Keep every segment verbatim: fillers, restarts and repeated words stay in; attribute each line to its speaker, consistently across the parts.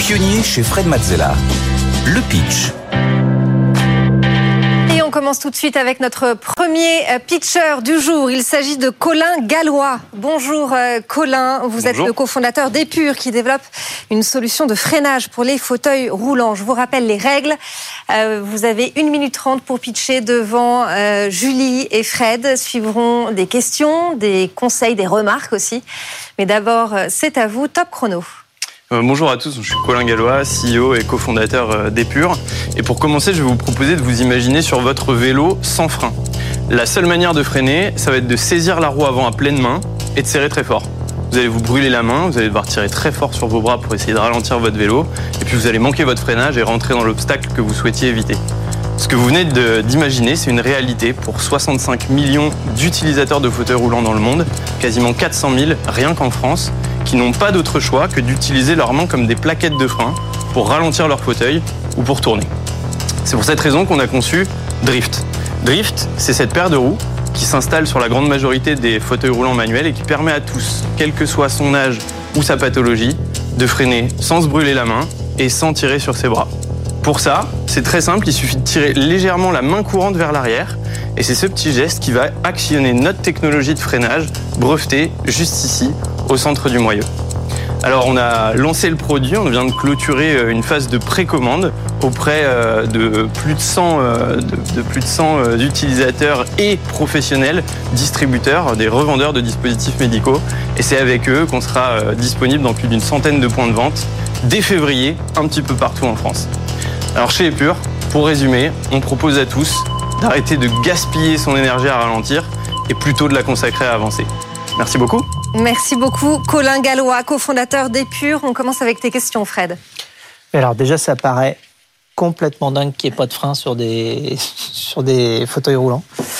Speaker 1: pionnier chez Fred Mazzella. Le pitch.
Speaker 2: Et on commence tout de suite avec notre premier pitcher du jour. Il s'agit de Colin Gallois. Bonjour Colin, vous
Speaker 3: Bonjour.
Speaker 2: êtes le cofondateur d'Epure qui développe une solution de freinage pour les fauteuils roulants. Je vous rappelle les règles. Euh, vous avez une minute trente pour pitcher devant euh, Julie et Fred. Suivront des questions, des conseils, des remarques aussi. Mais d'abord, c'est à vous, top chrono.
Speaker 3: Euh, bonjour à tous, je suis Colin Gallois, C E O et cofondateur d'Epure. Et pour commencer, je vais vous proposer de vous imaginer sur votre vélo sans frein. La seule manière de freiner, ça va être de saisir la roue avant à pleine main et de serrer très fort. Vous allez vous brûler la main, vous allez devoir tirer très fort sur vos bras pour essayer de ralentir votre vélo. Et puis vous allez manquer votre freinage et rentrer dans l'obstacle que vous souhaitiez éviter. Ce que vous venez de, d'imaginer, c'est une réalité pour soixante-cinq millions d'utilisateurs de fauteuils roulants dans le monde, quasiment quatre cent mille rien qu'en France, qui n'ont pas d'autre choix que d'utiliser leurs mains comme des plaquettes de frein pour ralentir leur fauteuil ou pour tourner. C'est pour cette raison qu'on a conçu Drift. Drift, c'est cette paire de roues qui s'installe sur la grande majorité des fauteuils roulants manuels et qui permet à tous, quel que soit son âge ou sa pathologie, de freiner sans se brûler la main et sans tirer sur ses bras. Pour ça, c'est très simple, il suffit de tirer légèrement la main courante vers l'arrière et c'est ce petit geste qui va actionner notre technologie de freinage brevetée juste ici, au centre du moyeu. Alors on a lancé le produit, on vient de clôturer une phase de précommande auprès de plus de cent, de, de plus de cent utilisateurs et professionnels, distributeurs, des revendeurs de dispositifs médicaux. Et c'est avec eux qu'on sera disponible dans plus d'une centaine de points de vente dès février, un petit peu partout en France. Alors chez Epure, pour résumer, on propose à tous d'arrêter de gaspiller son énergie à ralentir et plutôt de la consacrer à avancer. Merci beaucoup.
Speaker 2: Merci beaucoup Colin Gallois, cofondateur d'Epure. On commence avec tes questions, Fred.
Speaker 4: Alors déjà, ça paraît complètement dingue qu'il n'y ait pas de frein sur des, sur des fauteuils roulants.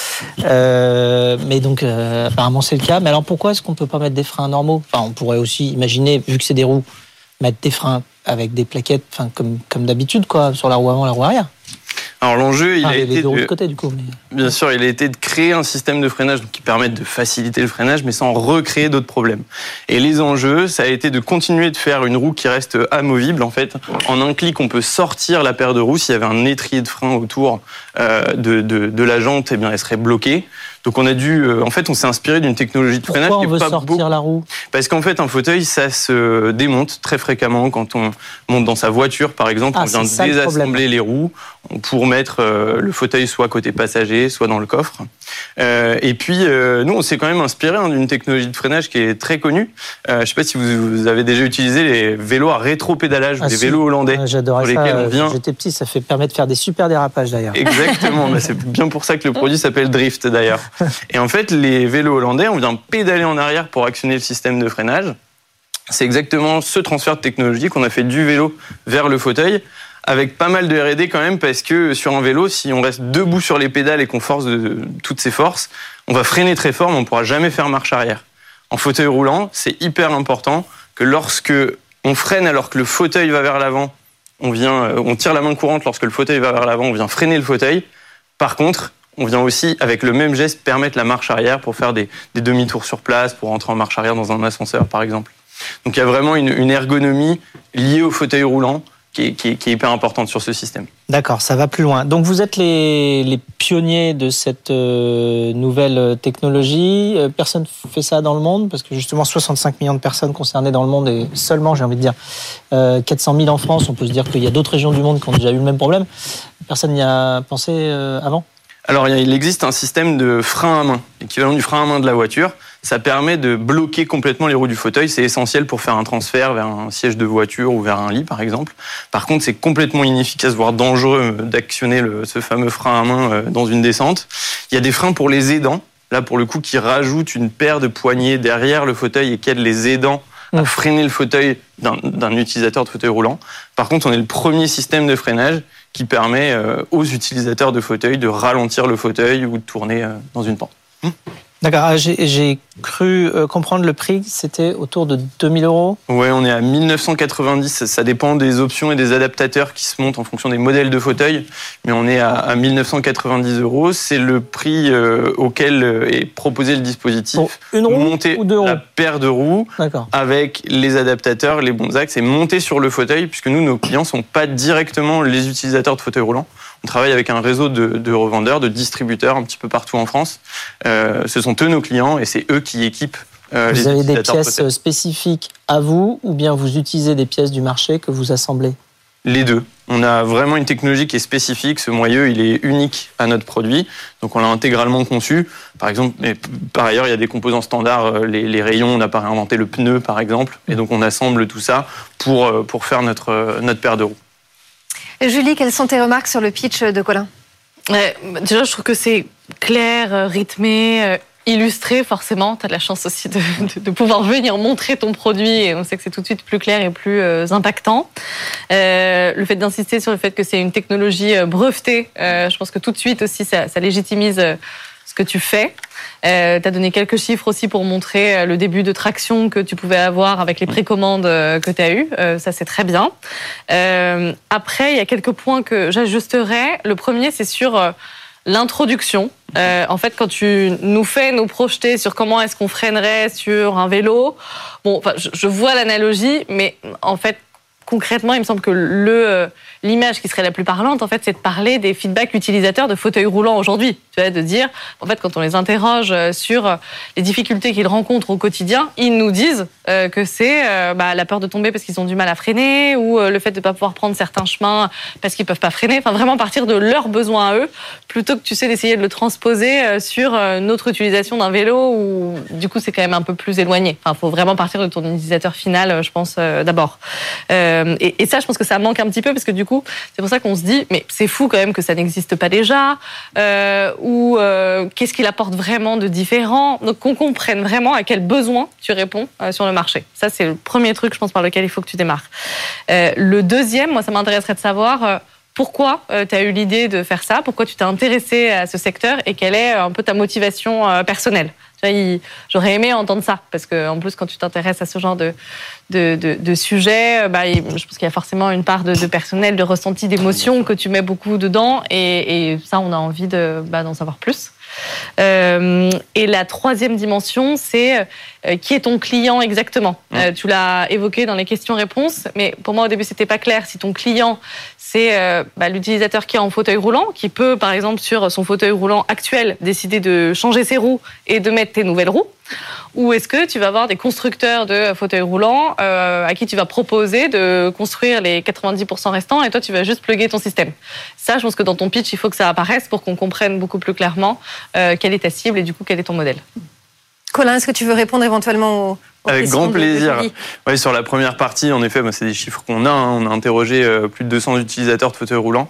Speaker 4: Euh, mais donc, euh, apparemment, c'est le cas. Mais alors, pourquoi est-ce qu'on ne peut pas mettre des freins normaux ? Enfin, on pourrait aussi imaginer, vu que c'est des roues, mettre des freins avec des plaquettes, enfin, comme, comme d'habitude, quoi, sur la roue avant et la roue arrière.
Speaker 3: Alors l'enjeu, il
Speaker 4: ah,
Speaker 3: a
Speaker 4: les,
Speaker 3: été
Speaker 4: les deux roues
Speaker 3: de...
Speaker 4: de côté, du coup. Mais...
Speaker 3: Bien sûr, il a été de créer un système de freinage qui permette de faciliter le freinage, mais sans recréer d'autres problèmes. Et les enjeux, ça a été de continuer de faire une roue qui reste amovible. En fait, en un clic, on peut sortir la paire de roues. S'il y avait un étrier de frein autour euh, de, de, de la jante, eh bien, elle serait bloquée. Donc on a dû, euh, en fait, on s'est inspiré d'une technologie de freinage.
Speaker 4: Pourquoi on
Speaker 3: qui est
Speaker 4: veut
Speaker 3: pas
Speaker 4: sortir
Speaker 3: beau...
Speaker 4: la roue ?
Speaker 3: Parce qu'en fait, un fauteuil, ça se démonte très fréquemment quand on monte dans sa voiture, par exemple.
Speaker 4: Ah,
Speaker 3: on vient
Speaker 4: c'est
Speaker 3: désassembler les roues pour mettre euh, le fauteuil soit côté passager, soit dans le coffre. Euh, et puis, euh, nous, on s'est quand même inspiré hein, d'une technologie de freinage qui est très connue. Euh, je ne sais pas si vous, vous avez déjà utilisé les vélos à rétro-pédalage,
Speaker 4: ah,
Speaker 3: ou les
Speaker 4: si.
Speaker 3: vélos hollandais.
Speaker 4: Ah, j'adorais
Speaker 3: sur lesquels
Speaker 4: ça.
Speaker 3: on vient...
Speaker 4: J'étais petit, ça fait permet de faire des super dérapages d'ailleurs.
Speaker 3: Exactement, bah, c'est bien pour ça que le produit s'appelle Drift d'ailleurs. Et en fait, les vélos hollandais, on vient pédaler en arrière pour actionner le système de freinage. C'est exactement ce transfert de technologie qu'on a fait du vélo vers le fauteuil, avec pas mal de R et D quand même, parce que sur un vélo, si on reste debout sur les pédales et qu'on force de toutes ses forces, on va freiner très fort, mais on ne pourra jamais faire marche arrière. En fauteuil roulant, c'est hyper important que lorsque on freine alors que le fauteuil va vers l'avant, on vient, on tire la main courante lorsque le fauteuil va vers l'avant, on vient freiner le fauteuil. Par contre, on vient aussi, avec le même geste, permettre la marche arrière pour faire des, des demi-tours sur place, pour rentrer en marche arrière dans un ascenseur, par exemple. Donc il y a vraiment une, une ergonomie liée au fauteuil roulant qui est, qui, est, qui est hyper importante sur ce système.
Speaker 4: D'accord, ça va plus loin. Donc vous êtes les, les pionniers de cette euh, nouvelle technologie. Personne ne fait ça dans le monde, parce que justement soixante-cinq millions de personnes concernées dans le monde, et seulement, j'ai envie de dire, euh, quatre cent mille en France. On peut se dire qu'il y a d'autres régions du monde qui ont déjà eu le même problème. Personne n'y a pensé euh, avant ?
Speaker 3: Alors, il existe un système de frein à main, l'équivalent du frein à main de la voiture. Ça permet de bloquer complètement les roues du fauteuil. C'est essentiel pour faire un transfert vers un siège de voiture ou vers un lit, par exemple. Par contre, c'est complètement inefficace, voire dangereux d'actionner le, ce fameux frein à main dans une descente. Il y a des freins pour les aidants, là, pour le coup, qui rajoutent une paire de poignées derrière le fauteuil et qui aident les aidants à freiner le fauteuil d'un, d'un utilisateur de fauteuil roulant. Par contre, on est le premier système de freinage qui permet aux utilisateurs de fauteuil de ralentir le fauteuil ou de tourner dans une pente. Hum.
Speaker 4: D'accord, j'ai, j'ai cru comprendre le prix, c'était autour de deux mille euros.
Speaker 3: Ouais, on est à mille neuf cent quatre-vingt-dix. Ça dépend des options et des adaptateurs qui se montent en fonction des modèles de fauteuil. Mais on est à, à mille neuf cent quatre-vingt-dix euros. C'est le prix euh, auquel est proposé le dispositif.
Speaker 4: Pour une roue
Speaker 3: monter
Speaker 4: ou deux roues ?
Speaker 3: La paire de roues.
Speaker 4: D'accord.
Speaker 3: Avec les adaptateurs, les bons axes et monter sur le fauteuil, puisque nous, nos clients ne sont pas directement les utilisateurs de fauteuils roulants. On travaille avec un réseau de, de revendeurs, de distributeurs un petit peu partout en France. Euh, ce sont eux nos clients et c'est eux qui équipent euh, les utilisateurs.
Speaker 4: Vous avez des pièces
Speaker 3: fauteuils.
Speaker 4: spécifiques à vous ou bien vous utilisez des pièces du marché que vous assemblez ?
Speaker 3: Les deux. On a vraiment une technologie qui est spécifique. Ce moyeu, il est unique à notre produit. Donc, on l'a intégralement conçu. Par exemple, mais par ailleurs, il y a des composants standards. Les, les rayons, on n'a pas réinventé le pneu, par exemple. Et donc, on assemble tout ça pour, pour faire notre, notre paire de roues.
Speaker 2: Et Julie, quelles sont tes remarques sur le pitch de Colin ?
Speaker 5: Ouais, déjà, je trouve que c'est clair, rythmé, illustré, forcément. Tu as de la chance aussi de, de, de pouvoir venir montrer ton produit et on sait que c'est tout de suite plus clair et plus euh, impactant. Euh, le fait d'insister sur le fait que c'est une technologie brevetée, euh, je pense que tout de suite aussi, ça, ça légitimise ce que tu fais. Euh, tu as donné quelques chiffres aussi pour montrer le début de traction que tu pouvais avoir avec les précommandes que tu as eues. Euh, ça, c'est très bien. Euh, après, il y a quelques points que j'ajusterais. Le premier, c'est sur euh, l'introduction. Euh, en fait, quand tu nous fais nous projeter sur comment est-ce qu'on freinerait sur un vélo, bon, enfin, je, je vois l'analogie, mais en fait, concrètement, il me semble que le, euh, l'image qui serait la plus parlante, en fait, c'est de parler des feedbacks utilisateurs de fauteuils roulants aujourd'hui. Tu vois, de dire, en fait, quand on les interroge sur les difficultés qu'ils rencontrent au quotidien, ils nous disent euh, que c'est euh, bah, la peur de tomber parce qu'ils ont du mal à freiner ou euh, le fait de ne pas pouvoir prendre certains chemins parce qu'ils ne peuvent pas freiner. Enfin, vraiment partir de leurs besoins à eux, plutôt que, tu sais, d'essayer de le transposer euh, sur euh, notre utilisation d'un vélo où, du coup, c'est quand même un peu plus éloigné. Enfin, il faut vraiment partir de ton utilisateur final, je pense, euh, d'abord. Euh, Et, et ça, je pense que ça manque un petit peu parce que du coup, c'est pour ça qu'on se dit, mais c'est fou quand même que ça n'existe pas déjà, euh, ou euh, qu'est-ce qu'il apporte vraiment de différent. Donc qu'on comprenne vraiment à quel besoin tu réponds euh, sur le marché. Ça, c'est le premier truc, je pense, par lequel il faut que tu démarres. Euh, le deuxième, moi, ça m'intéresserait de savoir euh, pourquoi euh, tu as eu l'idée de faire ça, pourquoi tu t'es intéressé à ce secteur et quelle est un peu ta motivation euh, personnelle. J'aurais aimé entendre ça, parce qu'en plus, quand tu t'intéresses à ce genre de, de, de, de sujet, bah, je pense qu'il y a forcément une part de, de personnel, de ressenti, d'émotion que tu mets beaucoup dedans, et, et ça, on a envie de, bah, d'en savoir plus. Euh, et la troisième dimension, c'est euh, qui est ton client exactement. Euh, tu l'as évoqué dans les questions-réponses, mais pour moi, au début, c'était pas clair. Si ton client, c'est euh, bah, l'utilisateur qui est en fauteuil roulant, qui peut, par exemple, sur son fauteuil roulant actuel, décider de changer ses roues et de mettre tes nouvelles roues, ou est-ce que tu vas avoir des constructeurs de fauteuils roulants euh, à qui tu vas proposer de construire les quatre-vingt-dix pour cent restants et toi, tu vas juste plugger ton système. Ça, je pense que dans ton pitch, il faut que ça apparaisse pour qu'on comprenne beaucoup plus clairement euh, quelle est ta cible et du coup, quel est ton modèle.
Speaker 2: Colin, est-ce que tu veux répondre éventuellement aux, aux
Speaker 3: Avec
Speaker 2: questions
Speaker 3: grand plaisir.
Speaker 2: de, de
Speaker 3: ouais, sur la première partie, en effet, bah, c'est des chiffres qu'on a. Hein. On a interrogé euh, plus de deux cents utilisateurs de fauteuils roulants.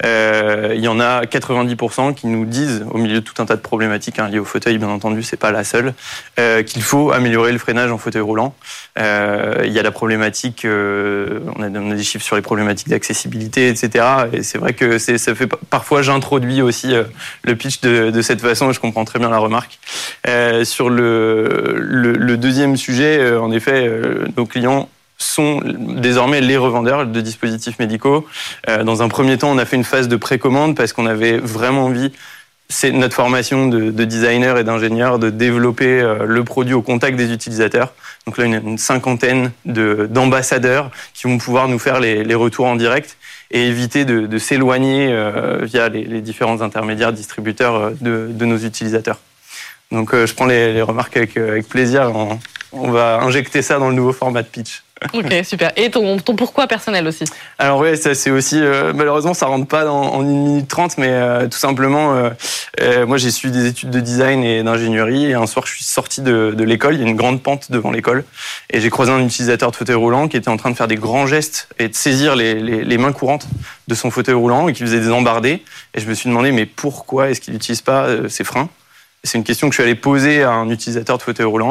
Speaker 3: Euh, il y en a quatre-vingt-dix pour cent qui nous disent, au milieu de tout un tas de problématiques hein, liées au fauteuil, bien entendu, c'est pas la seule, euh, qu'il faut améliorer le freinage en fauteuil roulant. Euh, il y a la problématique, euh, on, a, on a des chiffres sur les problématiques d'accessibilité, et cetera. Et c'est vrai que c'est, ça fait parfois, j'introduis aussi euh, le pitch de, de cette façon, et je comprends très bien la remarque. Euh, sur le Le, le deuxième sujet, euh, en effet, euh, nos clients sont désormais les revendeurs de dispositifs médicaux. Euh, dans un premier temps, on a fait une phase de précommande parce qu'on avait vraiment envie, c'est notre formation de, de designer et d'ingénieur, de développer euh, le produit au contact des utilisateurs. Donc là, une, une cinquantaine de, d'ambassadeurs qui vont pouvoir nous faire les, les retours en direct et éviter de, de s'éloigner euh, via les, les différents intermédiaires distributeurs de, de nos utilisateurs. Donc euh, je prends les, les remarques avec, avec plaisir. On, on va injecter ça dans le nouveau format de pitch.
Speaker 5: Ok, super. Et ton, ton pourquoi personnel aussi?
Speaker 3: Alors oui, ça c'est aussi, euh, malheureusement ça rentre pas dans, en une minute trente, mais euh, tout simplement, euh, euh, moi j'ai suivi des études de design et d'ingénierie, et un soir je suis sorti de, de l'école, il y a une grande pente devant l'école, et j'ai croisé un utilisateur de fauteuil roulant qui était en train de faire des grands gestes et de saisir les, les, les mains courantes de son fauteuil roulant, et qui faisait des embardées, et je me suis demandé, mais pourquoi est-ce qu'il n'utilise pas euh, ses freins? C'est une question que je suis allé poser à un utilisateur de fauteuil roulant.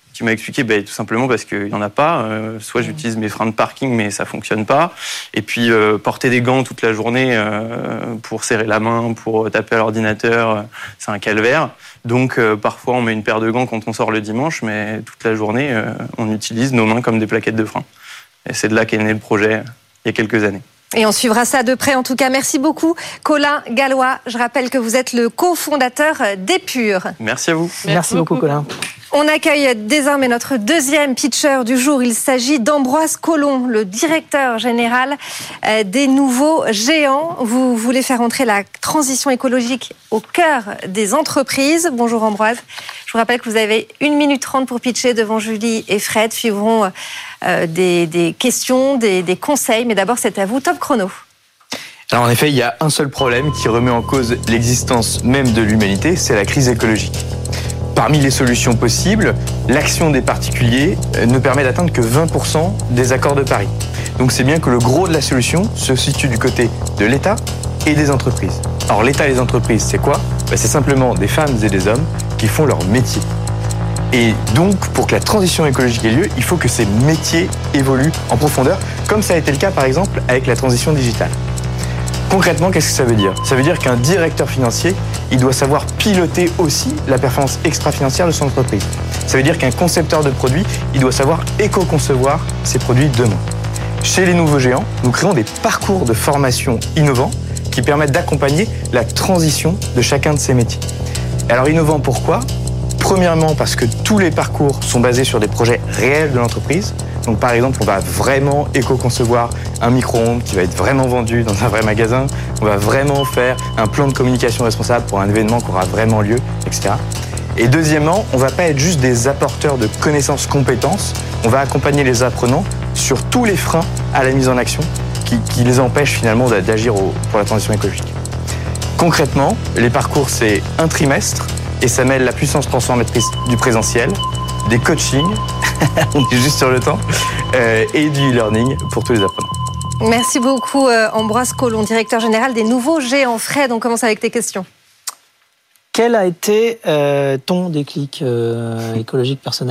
Speaker 3: qui m'a expliqué bah, tout simplement parce qu'il n'y en a pas. Euh, soit j'utilise mes freins de parking, mais ça ne fonctionne pas. Et puis, euh, porter des gants toute la journée euh, pour serrer la main, pour taper à l'ordinateur, euh, c'est un calvaire. Donc, euh, parfois, on met une paire de gants quand on sort le dimanche, mais toute la journée, euh, on utilise nos mains comme des plaquettes de frein. Et c'est de là qu'est né le projet il y a quelques années.
Speaker 2: Et on suivra ça de près. En tout cas, merci beaucoup, Colin Gallois. Je rappelle que vous êtes le cofondateur d'Epure.
Speaker 3: Merci à vous.
Speaker 4: Merci, Merci beaucoup, beaucoup, Colin.
Speaker 2: On accueille désormais notre deuxième pitcher du jour. Il s'agit d'Ambroise Collomb, le directeur général des Nouveaux Géants. Vous voulez faire entrer la transition écologique au cœur des entreprises. Bonjour Ambroise. Je vous rappelle que vous avez une minute trente pour pitcher devant Julie et Fred. Suivront euh, des, des questions, des, des conseils. Mais d'abord, c'est à vous, top chrono.
Speaker 6: Alors en effet, il y a un seul problème qui remet en cause l'existence même de l'humanité, c'est la crise écologique. Parmi les solutions possibles, l'action des particuliers ne permet d'atteindre que vingt pour cent des accords de Paris. Donc c'est bien que le gros de la solution se situe du côté de l'État et des entreprises. Alors l'État et les entreprises, c'est quoi ? Ben, c'est simplement des femmes et des hommes qui font leur métier. Et donc, pour que la transition écologique ait lieu, il faut que ces métiers évoluent en profondeur, comme ça a été le cas par exemple avec la transition digitale. Concrètement, qu'est-ce que ça veut dire ? Ça veut dire qu'un directeur financier, il doit savoir piloter aussi la performance extra-financière de son entreprise. Ça veut dire qu'un concepteur de produits, il doit savoir éco-concevoir ses produits demain. Chez les Nouveaux Géants, nous créons des parcours de formation innovants qui permettent d'accompagner la transition de chacun de ces métiers. Alors innovant, pourquoi ? Premièrement, parce que tous les parcours sont basés sur des projets réels de l'entreprise. Donc par exemple, on va vraiment éco-concevoir un micro-ondes qui va être vraiment vendu dans un vrai magasin. On va vraiment faire un plan de communication responsable pour un événement qui aura vraiment lieu, et cetera. Et deuxièmement, on ne va pas être juste des apporteurs de connaissances, compétences. On va accompagner les apprenants sur tous les freins à la mise en action qui, qui les empêchent finalement d'agir au, pour la transition écologique. Concrètement, les parcours, c'est un trimestre et ça mêle la puissance transformatrice du présentiel, des coachings, on est juste sur le temps, euh, et du e-learning pour tous les apprenants.
Speaker 2: Merci beaucoup euh, Ambroise Collomb, directeur général des Nouveaux Géants. Fred, on commence avec tes questions.
Speaker 4: Quel a été euh, ton déclic euh, écologique personnel ?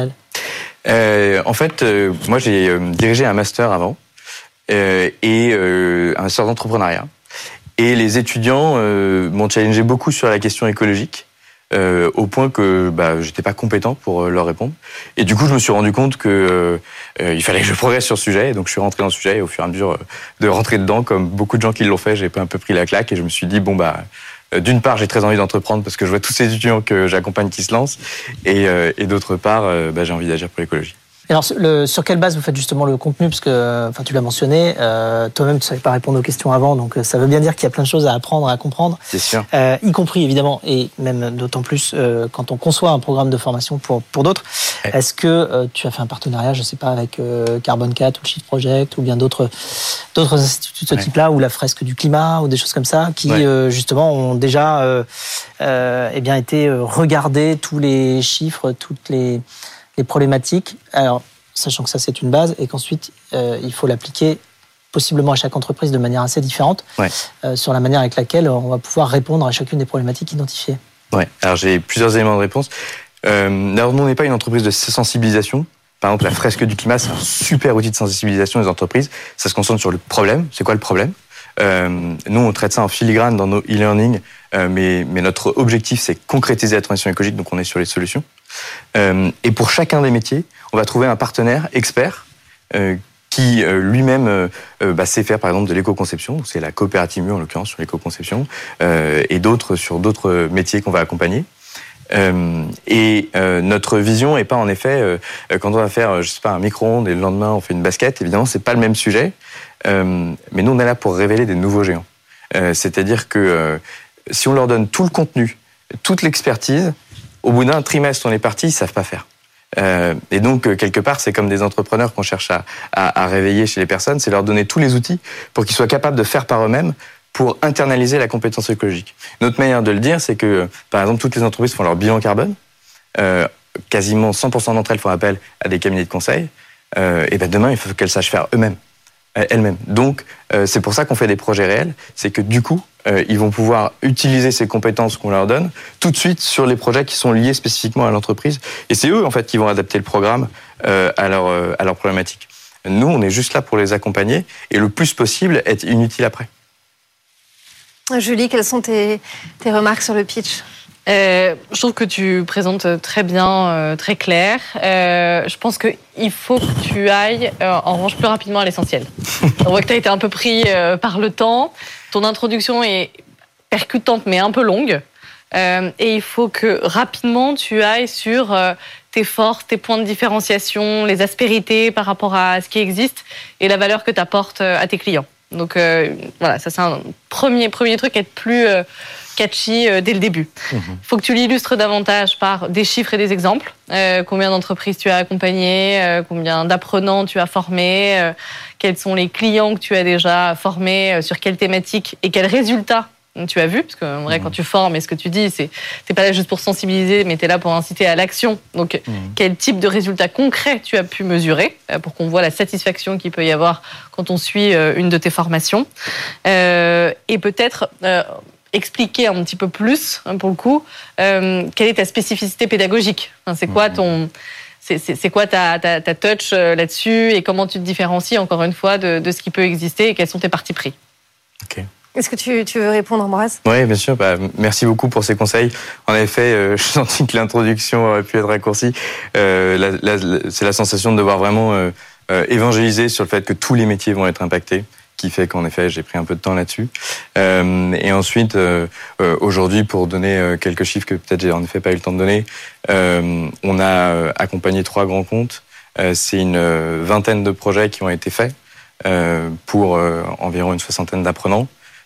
Speaker 6: euh, En fait, euh, moi j'ai euh, dirigé un master avant, euh, et euh, un master d'entrepreneuriat. Et les étudiants euh, m'ont challengé beaucoup sur la question écologique. Euh, au point que bah, j'étais pas compétent pour euh, leur répondre. Et du coup, je me suis rendu compte que euh, il fallait que je progresse sur ce sujet. Et donc, je suis rentré dans le sujet. Et au fur et à mesure euh, de rentrer dedans, comme beaucoup de gens qui l'ont fait, j'ai un peu pris la claque. Et je me suis dit, bon, bah, euh, d'une part, j'ai très envie d'entreprendre parce que je vois tous ces étudiants que j'accompagne qui se lancent. Et, euh, et d'autre part, euh, bah, j'ai envie d'agir pour l'écologie.
Speaker 4: Alors, le, sur quelle base vous faites justement le contenu ? Parce que, enfin, tu l'as mentionné, euh, toi-même, tu ne savais pas répondre aux questions avant, donc ça veut bien dire qu'il y a plein de choses à apprendre, à comprendre.
Speaker 6: C'est sûr.
Speaker 4: Euh, y compris, évidemment, et même d'autant plus euh, quand on conçoit un programme de formation pour, pour d'autres. Ouais. Est-ce que euh, tu as fait un partenariat, je ne sais pas, avec euh, Carbon quatre ou Shift Project ou bien d'autres, d'autres instituts de ce ouais. type-là, ou la fresque du climat, ou des choses comme ça, qui, ouais. euh, justement, ont déjà euh, euh, eh bien, été regardés, tous les chiffres, toutes les... les problématiques, alors sachant que ça c'est une base et qu'ensuite euh, il faut l'appliquer possiblement à chaque entreprise de manière assez différente, ouais. euh, sur la manière avec laquelle on va pouvoir répondre à chacune des problématiques identifiées.
Speaker 6: Ouais. Alors j'ai plusieurs éléments de réponse. Euh, d'abord, nous on n'est pas une entreprise de sensibilisation. Par exemple, la fresque du climat, c'est un super outil de sensibilisation des entreprises. Ça se concentre sur le problème. C'est quoi le problème ? Euh, nous, on traite ça en filigrane dans nos e-learning, euh, mais, mais notre objectif, c'est concrétiser la transition écologique, donc on est sur les solutions. Euh, et pour chacun des métiers, on va trouver un partenaire expert euh, qui euh, lui-même euh, bah, sait faire, par exemple, de l'éco-conception. Donc c'est la coopérative Mu, en l'occurrence, sur l'éco-conception, euh, et d'autres sur d'autres métiers qu'on va accompagner. Euh, et euh, notre vision est pas en effet euh, quand on va faire, je sais pas, un micro-ondes et le lendemain on fait une basket. Évidemment, c'est pas le même sujet. Euh, mais nous, on est là pour révéler des nouveaux géants. Euh, c'est-à-dire que euh, si on leur donne tout le contenu, toute l'expertise, au bout d'un trimestre, on est parti, ils savent pas faire. Euh, et donc, euh, quelque part, c'est comme des entrepreneurs qu'on cherche à, à, à réveiller chez les personnes, c'est leur donner tous les outils pour qu'ils soient capables de faire par eux-mêmes pour internaliser la compétence écologique. Une autre manière de le dire, c'est que, par exemple, toutes les entreprises font leur bilan carbone. Euh, quasiment cent pour cent d'entre elles font appel à des cabinets de conseil. Euh, et ben demain, il faut qu'elles sachent faire eux-mêmes. elles-mêmes. Donc, euh, c'est pour ça qu'on fait des projets réels, c'est que du coup, euh, ils vont pouvoir utiliser ces compétences qu'on leur donne tout de suite sur les projets qui sont liés spécifiquement à l'entreprise. Et c'est eux, en fait, qui vont adapter le programme euh, à leur, euh, à leur problématique. Nous, on est juste là pour les accompagner et le plus possible être inutile après.
Speaker 2: Julie, quelles sont tes, tes remarques sur le pitch ?
Speaker 5: Euh, je trouve que tu présentes très bien, euh, très clair. Euh, je pense qu'il faut que tu ailles, euh, en revanche, plus rapidement à l'essentiel. On voit que tu as été un peu pris euh, par le temps. Ton introduction est percutante, mais un peu longue. Euh, et il faut que rapidement, tu ailles sur euh, tes forces, tes points de différenciation, les aspérités par rapport à ce qui existe et la valeur que tu apportes à tes clients. Donc euh, voilà, ça c'est un premier, premier truc, être plus euh, catchy euh, dès le début. Il mmh. faut que tu l'illustres davantage par des chiffres et des exemples. Euh, combien d'entreprises tu as accompagnées, euh, combien d'apprenants tu as formés, euh, quels sont les clients que tu as déjà formés, euh, sur quelles thématiques et quels résultats tu as vu, parce que en vrai, mmh. quand tu formes, et ce que tu dis, c'est t'es pas là juste pour sensibiliser, mais t'es là pour inciter à l'action. Donc, mmh. quel type de résultats concrets tu as pu mesurer pour qu'on voit la satisfaction qu'il peut y avoir quand on suit une de tes formations, euh, et peut-être euh, expliquer un petit peu plus, hein, pour le coup, euh, quelle est ta spécificité pédagogique. Enfin, c'est quoi ton C'est, c'est, c'est quoi ta, ta, ta touch là-dessus et comment tu te différencies, encore une fois, de, de ce qui peut exister et quels sont tes partis pris.
Speaker 6: Ok.
Speaker 2: Est-ce que tu, tu veux répondre, Ambroise ?
Speaker 6: Oui, bien sûr. Bah, merci beaucoup pour ces conseils. En effet, euh, je sentis que l'introduction aurait pu être raccourcie. Euh, la, la, c'est la sensation de devoir vraiment euh, euh, évangéliser sur le fait que tous les métiers vont être impactés, qui fait qu'en effet, j'ai pris un peu de temps là-dessus. Euh, et ensuite, euh, euh, aujourd'hui, pour donner euh, quelques chiffres que peut-être j'ai en effet pas eu le temps de donner, euh, on a euh, accompagné trois grands comptes. Euh, c'est une euh, vingtaine de projets qui ont été faits euh, pour euh, environ une soixantaine d'apprenants.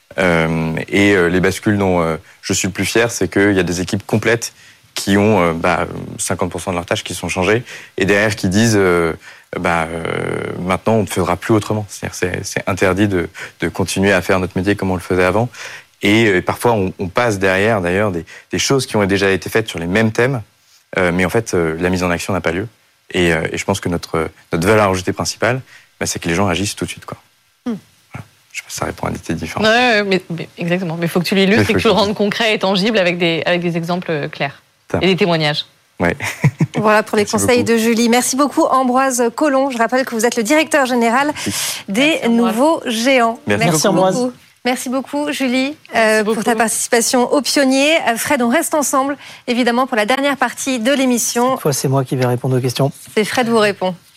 Speaker 6: Euh, et euh, les bascules dont euh, je suis le plus fier, c'est qu'il y a des équipes complètes qui ont euh, bah, cinquante pour cent de leurs tâches qui sont changées et derrière qui disent euh, bah, euh, maintenant on ne fera plus autrement. C'est-à-dire c'est, c'est interdit de, de continuer à faire notre métier comme on le faisait avant. Et euh, parfois on, on passe derrière d'ailleurs des, des choses qui ont déjà été faites sur les mêmes thèmes, euh, mais en fait euh, la mise en action n'a pas lieu. Et, euh, et je pense que notre, notre valeur ajoutée principale, bah, c'est que les gens agissent tout de suite, quoi. Je sais pas si ça répond à des différences.
Speaker 5: Ouais, mais, mais, exactement. Mais il faut que tu l'illustres et que tu le rendes concret et tangible avec des, avec des exemples clairs. Ça. Et des témoignages.
Speaker 6: Ouais.
Speaker 2: Voilà pour les Merci conseils beaucoup. de Julie. Merci beaucoup, Ambroise Collomb. Je rappelle que vous êtes le directeur général des Merci, Nouveaux Géants.
Speaker 6: Merci,
Speaker 2: Merci
Speaker 6: beaucoup.
Speaker 2: beaucoup. Merci beaucoup, Julie, euh, beaucoup. pour ta participation au Pionnier. Fred, on reste ensemble, évidemment, pour la dernière partie de l'émission.
Speaker 4: Cette fois, c'est moi qui vais répondre aux questions.
Speaker 2: C'est Fred vous répond.